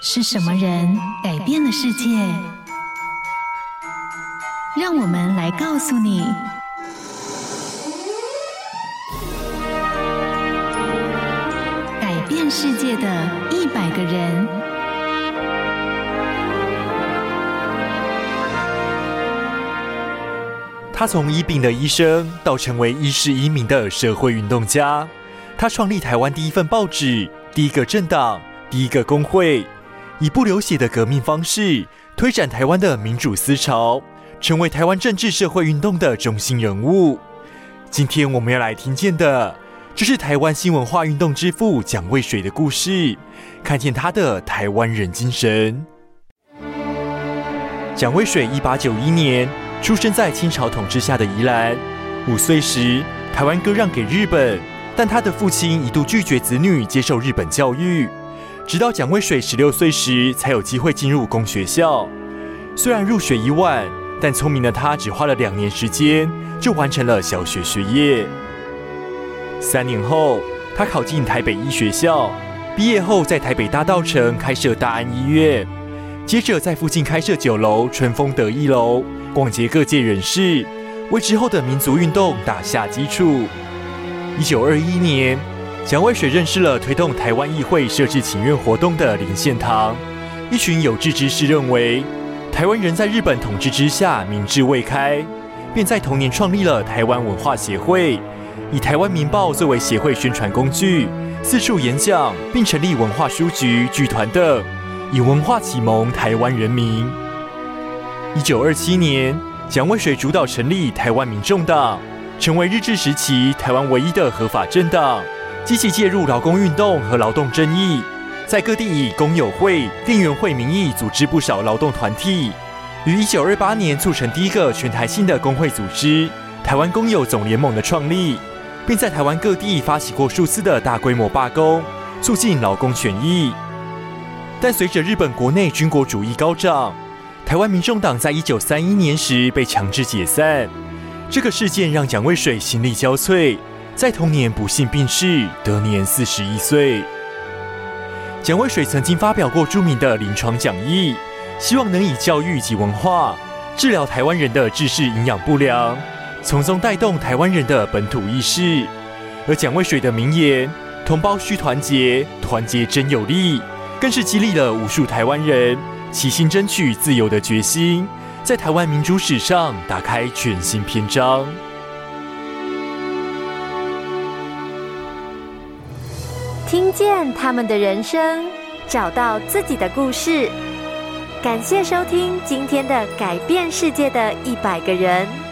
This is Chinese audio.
是什么人改变了世界？让我们来告诉你。改变世界的100个人。 他从医病的医生到成为医事移民的社会运动家，他创立台湾第一份报纸、第一个政党、第一个工会，以不流血的革命方式推展台湾的民主思潮，成为台湾政治社会运动的中心人物。今天我们要来听见的，就是台湾新文化运动之父蒋渭水的故事，看见他的台湾人精神。蒋渭水1891年出生在清朝统治下的宜兰，5岁时台湾割让给日本，但他的父亲一度拒绝子女接受日本教育，直到蒋渭水16岁时才有机会进入公学校。虽然入学1晚，但聪明的他只花了2年时间就完成了小学学业。3年后，他考进台北医学校，毕业后在台北大稻埕开设大安医院，接着在附近开设酒楼春风得意楼，广结各界人士，为之后的民族运动打下基础。1921年，蒋渭水认识了推动台湾议会设置请愿活动的林献堂。一群有志之士认为，台湾人在日本统治之下民智未开，便在同年创立了台湾文化协会，以台湾民报作为协会宣传工具，四处演讲，并成立文化书局、剧团等，以文化启蒙台湾人民。1927年，蒋渭水主导成立台湾民众党，成为日治时期台湾唯一的合法政党，积极介入劳工运动和劳动争议，在各地以工友会、店员会名义组织不少劳动团体，于1928年促成第一个全台性的工会组织台湾工友总联盟的创立，并在台湾各地发起过数次的大规模罢工，促进劳工权益。但随着日本国内军国主义高涨，台湾民众党在1931年时被强制解散。这个事件让蒋渭水心力交瘁，在同年不幸病逝，得年41岁。蒋渭水曾经发表过著名的临床讲义，希望能以教育及文化治疗台湾人的知识营养不良，从中带动台湾人的本土意识。而蒋渭水的名言“同胞需团结，团结真有力”，更是激励了无数台湾人齐心争取自由的决心，在台湾民主史上打开全新篇章。 听见他们的人生，找到自己的故事。感谢收听今天的改变世界的100个人。